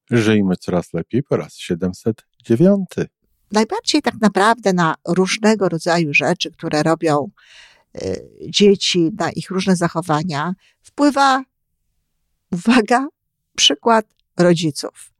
Żyjmy coraz lepiej po raz 709. Najbardziej tak naprawdę na różnego rodzaju rzeczy, które robią dzieci, na ich różne zachowania, wpływa, uwaga, przykład rodziców.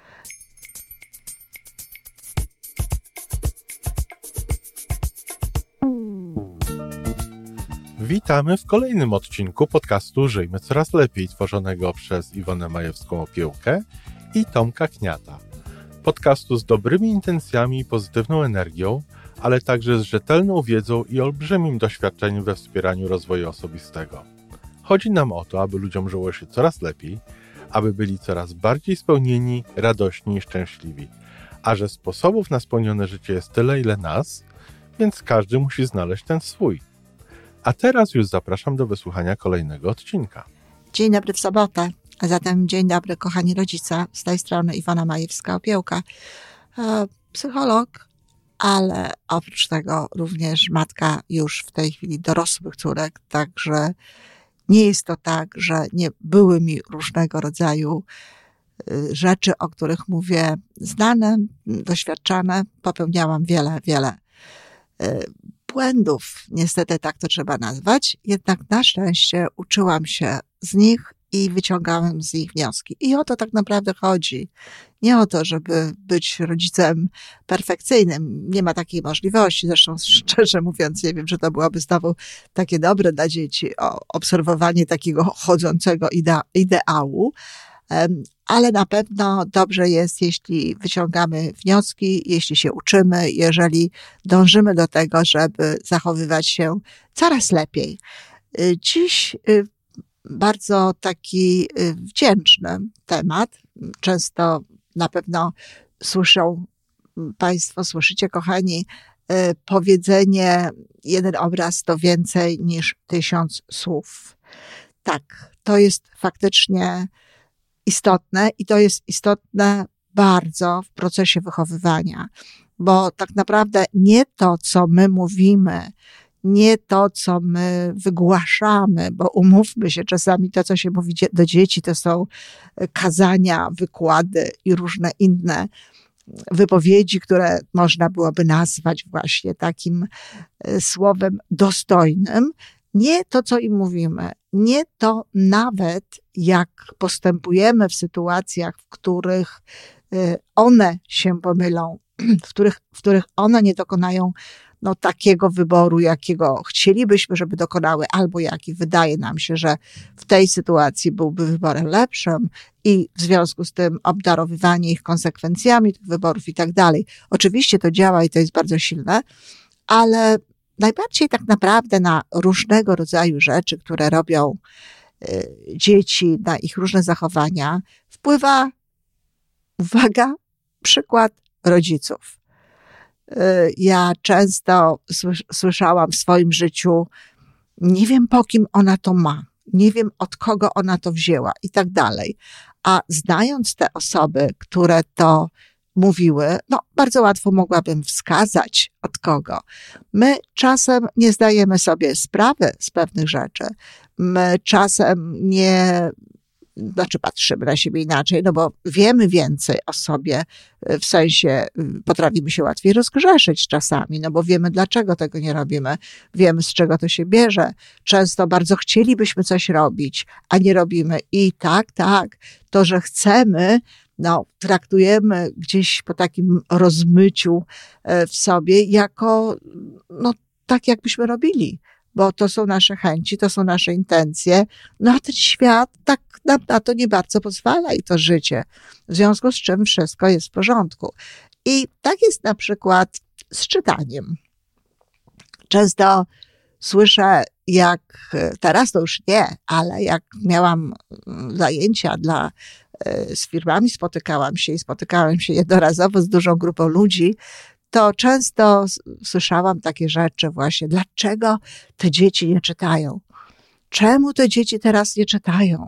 Witamy w kolejnym odcinku podcastu Żyjmy coraz lepiej, tworzonego przez Iwonę Majewską-Opiełkę i Tomka Kniata. Podcastu z dobrymi intencjami i pozytywną energią, ale także z rzetelną wiedzą i olbrzymim doświadczeniem we wspieraniu rozwoju osobistego. Chodzi nam o to, aby ludziom żyło się coraz lepiej, aby byli coraz bardziej spełnieni, radośni i szczęśliwi. A że sposobów na spełnione życie jest tyle, ile nas, więc każdy musi znaleźć ten swój. A teraz już zapraszam do wysłuchania kolejnego odcinka. Dzień dobry w sobotę, a zatem dzień dobry kochani rodzice, z tej strony Iwona Majewska-Opiełka, psycholog, ale oprócz tego również matka już w tej chwili dorosłych córek, także nie jest to tak, że nie były mi różnego rodzaju rzeczy, o których mówię, znane, doświadczane, popełniałam wiele błędów, niestety tak to trzeba nazwać, jednak na szczęście uczyłam się z nich i wyciągałem z nich wnioski. I o to tak naprawdę chodzi. Nie o to, żeby być rodzicem perfekcyjnym. Nie ma takiej możliwości. Zresztą szczerze mówiąc, nie wiem, czy to byłoby znowu takie dobre dla dzieci, obserwowanie takiego chodzącego ideału. Ale na pewno dobrze jest, jeśli wyciągamy wnioski, jeśli się uczymy, jeżeli dążymy do tego, żeby zachowywać się coraz lepiej. Dziś bardzo taki wdzięczny temat. Często na pewno słyszycie, kochani, powiedzenie: jeden obraz to więcej niż 1000 słów. Tak, to jest faktycznie istotne i to jest istotne bardzo w procesie wychowywania, bo tak naprawdę nie to, co my mówimy, nie to, co my wygłaszamy, bo umówmy się, czasami to, co się mówi do dzieci, to są kazania, wykłady i różne inne wypowiedzi, które można byłoby nazwać właśnie takim słowem dostojnym. Nie to, co im mówimy, nie to nawet, jak postępujemy w sytuacjach, w których one się pomylą, w których one nie dokonają takiego wyboru, jakiego chcielibyśmy, żeby dokonały, albo jaki wydaje nam się, że w tej sytuacji byłby wyborem lepszym i w związku z tym obdarowywanie ich konsekwencjami tych wyborów i tak dalej. Oczywiście to działa i to jest bardzo silne, ale najbardziej tak naprawdę na różnego rodzaju rzeczy, które robią dzieci, na ich różne zachowania, wpływa, uwaga, przykład rodziców. Ja często słyszałam w swoim życiu: nie wiem, po kim ona to ma, nie wiem, od kogo ona to wzięła i tak dalej. A znając te osoby, które to mówiły, bardzo łatwo mogłabym wskazać, od kogo. My czasem nie zdajemy sobie sprawy z pewnych rzeczy. My czasem patrzymy na siebie inaczej, bo wiemy więcej o sobie, w sensie potrafimy się łatwiej rozgrzeszyć czasami, bo wiemy, dlaczego tego nie robimy, wiemy, z czego to się bierze. Często bardzo chcielibyśmy coś robić, a nie robimy. I tak, to, że chcemy, traktujemy gdzieś po takim rozmyciu w sobie jako, tak jakbyśmy robili, bo to są nasze chęci, to są nasze intencje, a ten świat tak nam na to nie bardzo pozwala i to życie, w związku z czym wszystko jest w porządku. I tak jest na przykład z czytaniem. Często słyszę, teraz to już nie, ale jak miałam zajęcia z firmami, spotykałam się jednorazowo z dużą grupą ludzi, to często słyszałam takie rzeczy właśnie: dlaczego te dzieci nie czytają? Czemu te dzieci teraz nie czytają?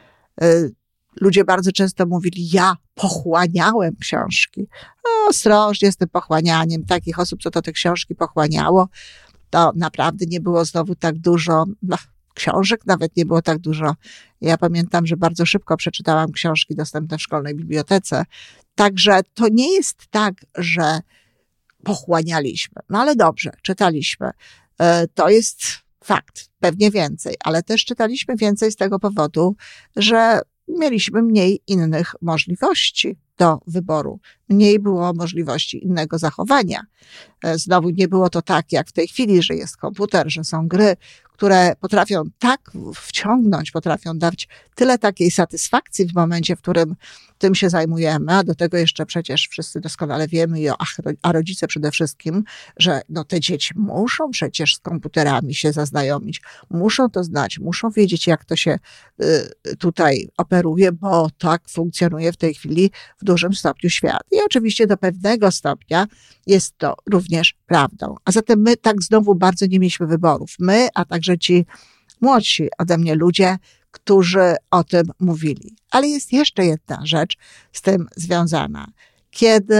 Ludzie bardzo często mówili: ja pochłaniałem książki. Ostrożnie z tym pochłanianiem. Takich osób, co to te książki pochłaniało, to naprawdę nie było znowu tak dużo książek, nawet nie było tak dużo Ja pamiętam, że bardzo szybko przeczytałam książki dostępne w szkolnej bibliotece. Także to nie jest tak, że pochłanialiśmy. No ale dobrze, czytaliśmy. To jest fakt, pewnie więcej, ale też czytaliśmy więcej z tego powodu, że mieliśmy mniej innych możliwości do wyboru. Mniej było możliwości innego zachowania. Znowu nie było to tak, jak w tej chwili, że jest komputer, że są gry, które potrafią tak wciągnąć, potrafią dać tyle takiej satysfakcji w momencie, w którym tym się zajmujemy, a do tego jeszcze przecież wszyscy doskonale wiemy, a rodzice przede wszystkim, że no te dzieci muszą przecież z komputerami się zaznajomić, muszą to znać, muszą wiedzieć, jak to się tutaj operuje, bo tak funkcjonuje w tej chwili w dużym stopniu świat. I oczywiście do pewnego stopnia jest to również prawdą. A zatem my tak znowu bardzo nie mieliśmy wyborów. My, a także ci młodsi ode mnie ludzie, którzy o tym mówili. Ale jest jeszcze jedna rzecz z tym związana. Kiedy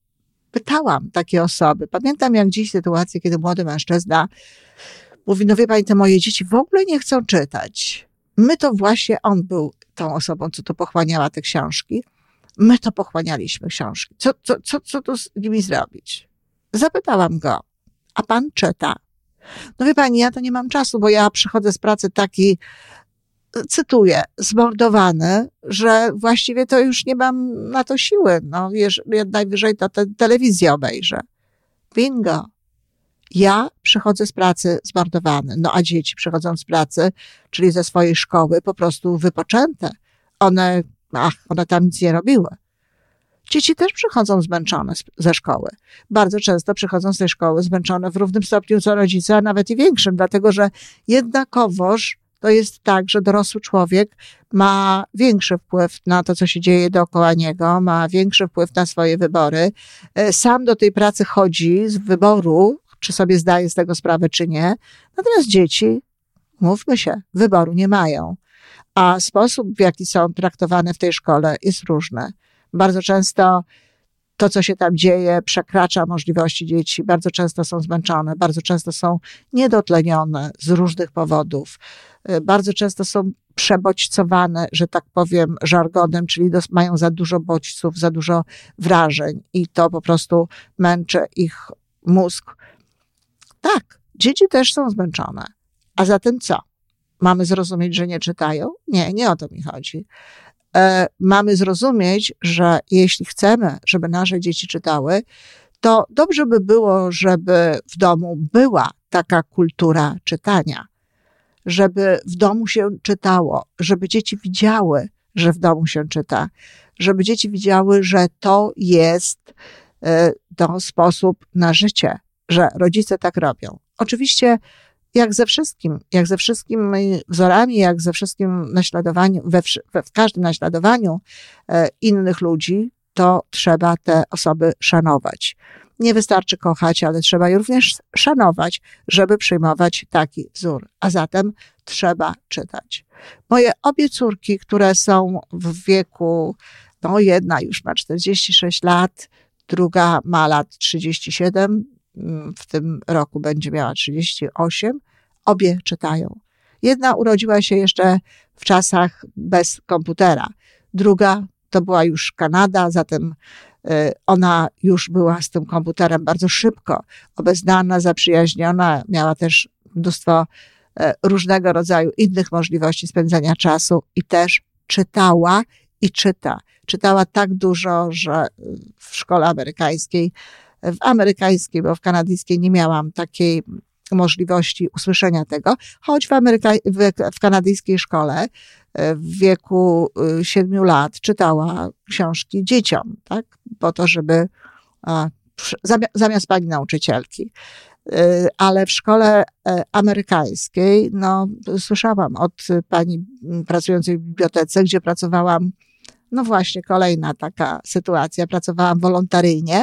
pytałam takie osoby, pamiętam jak dziś sytuację, kiedy młody mężczyzna mówi, no wie pani, te moje dzieci w ogóle nie chcą czytać. My to właśnie, on był tą osobą, co to pochłaniała te książki. My to pochłanialiśmy książki. Co tu z nimi zrobić? Zapytałam go, a pan czyta? No wie pani, ja to nie mam czasu, bo ja przychodzę z pracy taki, cytuję, zmordowany, że właściwie to już nie mam na to siły. No, najwyżej to telewizję obejrzę. Bingo. Ja przychodzę z pracy zmordowany. No a dzieci przychodzą z pracy, czyli ze swojej szkoły, po prostu wypoczęte. One tam nic nie robiły. Dzieci też przychodzą zmęczone ze szkoły. Bardzo często przychodzą z tej szkoły zmęczone w równym stopniu co rodzice, a nawet i większym, dlatego że jednakowoż to jest tak, że dorosły człowiek ma większy wpływ na to, co się dzieje dookoła niego, ma większy wpływ na swoje wybory. Sam do tej pracy chodzi z wyboru, czy sobie zdaje z tego sprawę, czy nie. Natomiast dzieci, mówmy się, wyboru nie mają. A sposób, w jaki są traktowane w tej szkole, jest różny. Bardzo często to, co się tam dzieje, przekracza możliwości dzieci. Bardzo często są zmęczone, bardzo często są niedotlenione z różnych powodów. Bardzo często są przebodźcowane, że tak powiem, żargonem, czyli mają za dużo bodźców, za dużo wrażeń i to po prostu męczy ich mózg. Tak, dzieci też są zmęczone. A zatem co? Mamy zrozumieć, że nie czytają? Nie o to mi chodzi. Mamy zrozumieć, że jeśli chcemy, żeby nasze dzieci czytały, to dobrze by było, żeby w domu była taka kultura czytania, żeby w domu się czytało, żeby dzieci widziały, że w domu się czyta, żeby dzieci widziały, że to jest sposób na życie, że rodzice tak robią. Oczywiście jak ze wszystkimi wzorami, jak ze wszystkim naśladowaniu, w każdym naśladowaniu innych ludzi, to trzeba te osoby szanować. Nie wystarczy kochać, ale trzeba je również szanować, żeby przyjmować taki wzór. A zatem trzeba czytać. Moje obie córki, które są w wieku, no jedna już ma 46 lat, druga ma lat 37, w tym roku będzie miała 38, obie czytają. Jedna urodziła się jeszcze w czasach bez komputera. Druga to była już Kanada, zatem ona już była z tym komputerem bardzo szybko obeznana, zaprzyjaźniona, miała też mnóstwo różnego rodzaju innych możliwości spędzania czasu i też czytała i czyta. Czytała tak dużo, że w szkole amerykańskiej, bo w kanadyjskiej nie miałam takiej możliwości usłyszenia tego, choć w kanadyjskiej szkole w wieku 7 lat czytała książki dzieciom, tak? Po to, żeby zamiast pani nauczycielki. Ale w szkole amerykańskiej, no, słyszałam od pani pracującej w bibliotece, gdzie pracowałam, no właśnie, kolejna taka sytuacja, pracowałam wolontaryjnie,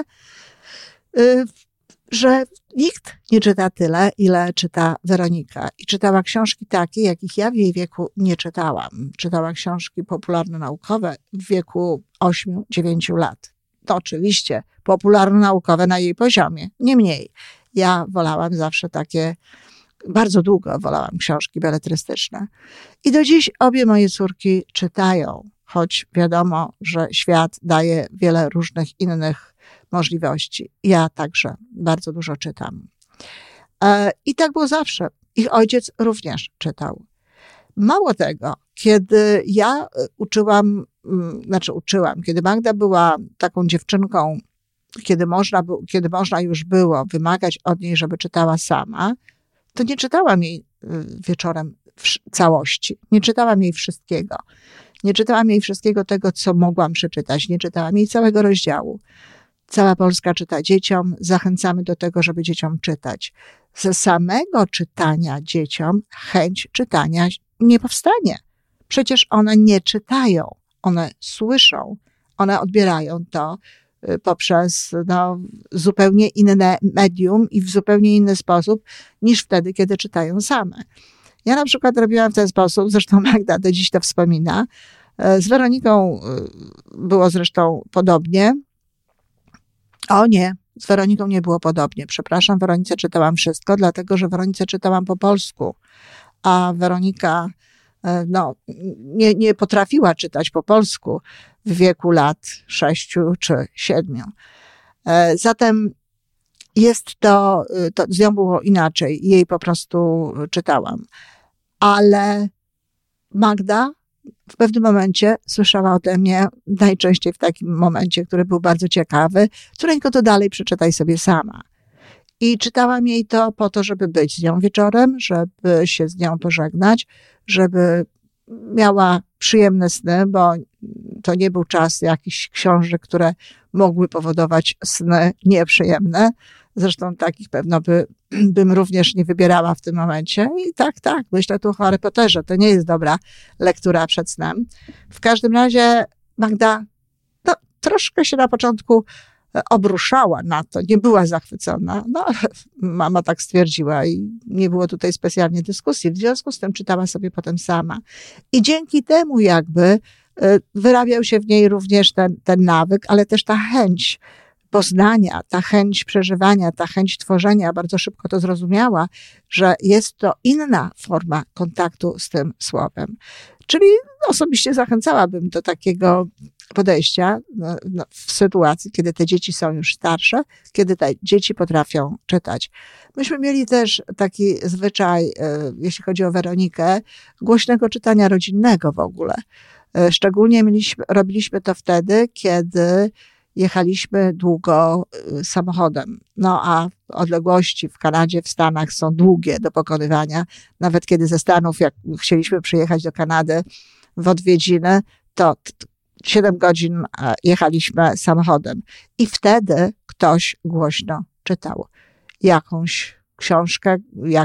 że nikt nie czyta tyle, ile czyta Weronika. I czytała książki takie, jakich ja w jej wieku nie czytałam. Czytała książki popularno-naukowe w wieku 8-9 lat. To oczywiście popularno-naukowe na jej poziomie, nie mniej. Ja wolałam zawsze takie bardzo długo wolałam książki beletrystyczne. I do dziś obie moje córki czytają, choć wiadomo, że świat daje wiele różnych innych możliwości. Ja także bardzo dużo czytam. I tak było zawsze. Ich ojciec również czytał. Mało tego, kiedy ja uczyłam, kiedy Magda była taką dziewczynką, kiedy można już było wymagać od niej, żeby czytała sama, to nie czytałam jej wieczorem w całości. Nie czytałam jej wszystkiego. Nie czytałam jej wszystkiego tego, co mogłam przeczytać. Nie czytałam jej całego rozdziału. Cała Polska czyta dzieciom. Zachęcamy do tego, żeby dzieciom czytać. Ze samego czytania dzieciom chęć czytania nie powstanie. Przecież one nie czytają. One słyszą. One odbierają to poprzez zupełnie inne medium i w zupełnie inny sposób niż wtedy, kiedy czytają same. Ja na przykład robiłam w ten sposób, zresztą Magda do dziś to wspomina. Z Weroniką było zresztą podobnie. O nie, z Weroniką nie było podobnie. Przepraszam, Weronice czytałam wszystko, dlatego że Weronice czytałam po polsku, a Weronika nie potrafiła czytać po polsku w wieku lat 6 czy 7. Zatem z nią było inaczej. Jej po prostu czytałam. Ale Magda w pewnym momencie słyszała ode mnie, najczęściej w takim momencie, który był bardzo ciekawy: córeńko, to dalej przeczytaj sobie sama. I czytałam jej to po to, żeby być z nią wieczorem, żeby się z nią pożegnać, żeby miała przyjemne sny, bo to nie był czas jakichś książek, które mogły powodować sny nieprzyjemne. Zresztą takich pewno bym również nie wybierała w tym momencie. I tak, myślę tu o Harry Potterze. To nie jest dobra lektura przed snem. W każdym razie Magda troszkę się na początku obruszała na to, nie była zachwycona. Mama tak stwierdziła i nie było tutaj specjalnie dyskusji. W związku z tym czytała sobie potem sama. I dzięki temu jakby wyrabiał się w niej również ten nawyk, ale też ta chęć poznania, ta chęć przeżywania, ta chęć tworzenia. Bardzo szybko to zrozumiała, że jest to inna forma kontaktu z tym słowem. Czyli osobiście zachęcałabym do takiego podejścia w sytuacji, kiedy te dzieci są już starsze, kiedy te dzieci potrafią czytać. Myśmy mieli też taki zwyczaj, jeśli chodzi o Weronikę, głośnego czytania rodzinnego w ogóle. Szczególnie robiliśmy to wtedy, kiedy jechaliśmy długo samochodem. A odległości w Kanadzie, w Stanach są długie do pokonywania. Nawet kiedy ze Stanów, jak chcieliśmy przyjechać do Kanady w odwiedziny, to 7 godzin jechaliśmy samochodem. I wtedy ktoś głośno czytał jakąś książkę,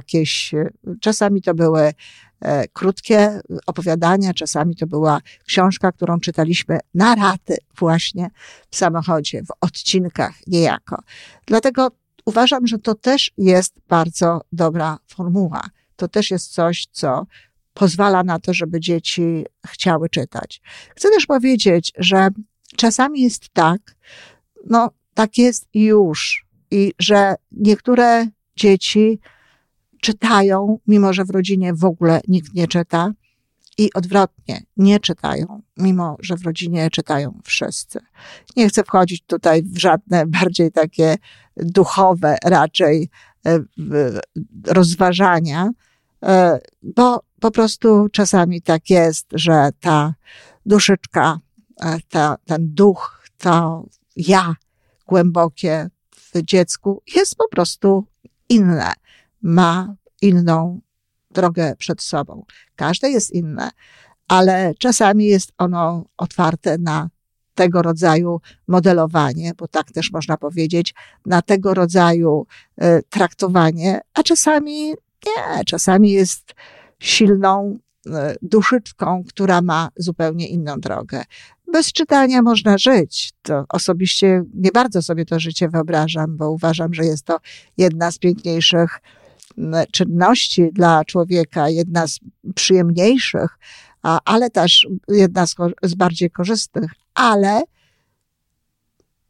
czasami to były krótkie opowiadania, czasami to była książka, którą czytaliśmy na raty właśnie w samochodzie, w odcinkach niejako. Dlatego uważam, że to też jest bardzo dobra formuła. To też jest coś, co pozwala na to, żeby dzieci chciały czytać. Chcę też powiedzieć, że czasami jest tak jest i już. I że niektóre dzieci czytają, mimo że w rodzinie w ogóle nikt nie czyta, i odwrotnie, nie czytają, mimo że w rodzinie czytają wszyscy. Nie chcę wchodzić tutaj w żadne bardziej takie duchowe raczej rozważania, bo po prostu czasami tak jest, że ta duszyczka, ten duch, to ja głębokie w dziecku jest po prostu inne. Ma inną drogę przed sobą. Każde jest inne, ale czasami jest ono otwarte na tego rodzaju modelowanie, bo tak też można powiedzieć, na tego rodzaju traktowanie, a czasami nie, czasami jest silną duszyczką, która ma zupełnie inną drogę. Bez czytania można żyć. To osobiście nie bardzo sobie to życie wyobrażam, bo uważam, że jest to jedna z piękniejszych czynności dla człowieka, jedna z przyjemniejszych, ale też jedna z bardziej korzystnych. Ale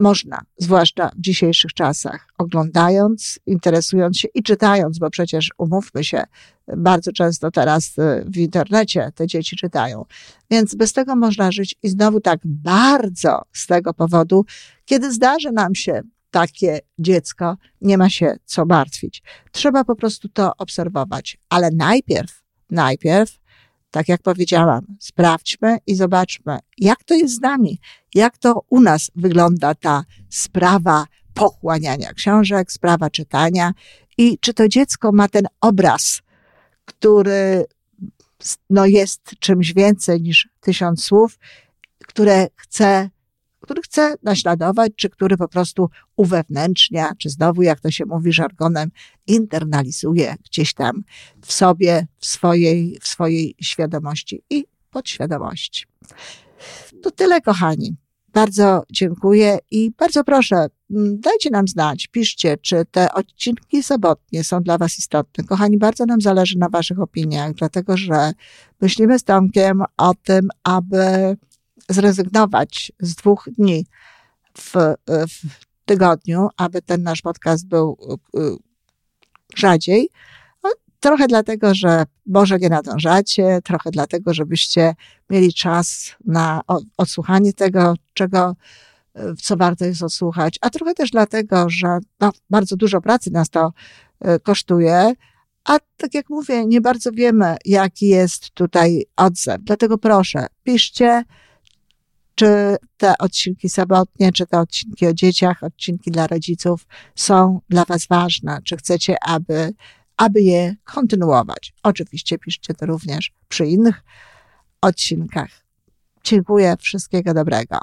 można, zwłaszcza w dzisiejszych czasach, oglądając, interesując się i czytając, bo przecież umówmy się, bardzo często teraz w internecie te dzieci czytają. Więc bez tego można żyć i znowu tak bardzo z tego powodu, kiedy zdarzy nam się takie dziecko, nie ma się co martwić. Trzeba po prostu to obserwować. Ale najpierw, tak jak powiedziałam, sprawdźmy i zobaczmy, jak to jest z nami, jak to u nas wygląda ta sprawa pochłaniania książek, sprawa czytania i czy to dziecko ma ten obraz, który jest czymś więcej niż 1000 słów, który chce naśladować, czy który po prostu uwewnętrznia, czy znowu, jak to się mówi żargonem, internalizuje gdzieś tam w sobie, w swojej świadomości i podświadomości. To tyle, kochani. Bardzo dziękuję i bardzo proszę, dajcie nam znać, piszcie, czy te odcinki sobotnie są dla was istotne. Kochani, bardzo nam zależy na waszych opiniach, dlatego że myślimy z Tomkiem o tym, aby zrezygnować z 2 dni w tygodniu, aby ten nasz podcast był rzadziej. Trochę dlatego, że może nie nadążacie, trochę dlatego, żebyście mieli czas na odsłuchanie tego, co warto jest odsłuchać, a trochę też dlatego, że bardzo dużo pracy nas to kosztuje, a tak jak mówię, nie bardzo wiemy, jaki jest tutaj odzew. Dlatego proszę, piszcie, czy te odcinki sobotnie, czy te odcinki o dzieciach, odcinki dla rodziców są dla was ważne, czy chcecie, aby je kontynuować. Oczywiście piszcie to również przy innych odcinkach. Dziękuję, wszystkiego dobrego.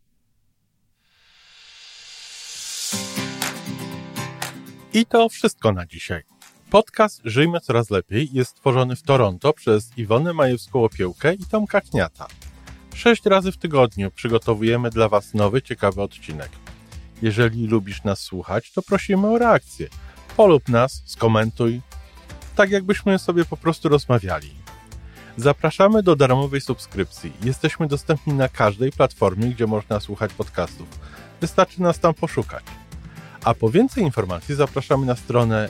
I to wszystko na dzisiaj. Podcast Żyjmy Coraz Lepiej jest tworzony w Toronto przez Iwonę Majewską-Opiełkę i Tomka Kniata. 6 razy w tygodniu przygotowujemy dla was nowy, ciekawy odcinek. Jeżeli lubisz nas słuchać, to prosimy o reakcję. Polub nas, skomentuj, tak jakbyśmy sobie po prostu rozmawiali. Zapraszamy do darmowej subskrypcji. Jesteśmy dostępni na każdej platformie, gdzie można słuchać podcastów. Wystarczy nas tam poszukać. A po więcej informacji zapraszamy na stronę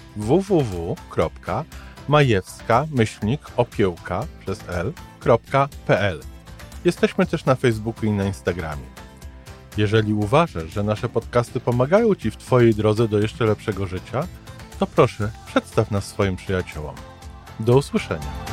www.majewska-opiełka.pl. Jesteśmy też na Facebooku i na Instagramie. Jeżeli uważasz, że nasze podcasty pomagają ci w twojej drodze do jeszcze lepszego życia, to proszę, przedstaw nas swoim przyjaciołom. Do usłyszenia.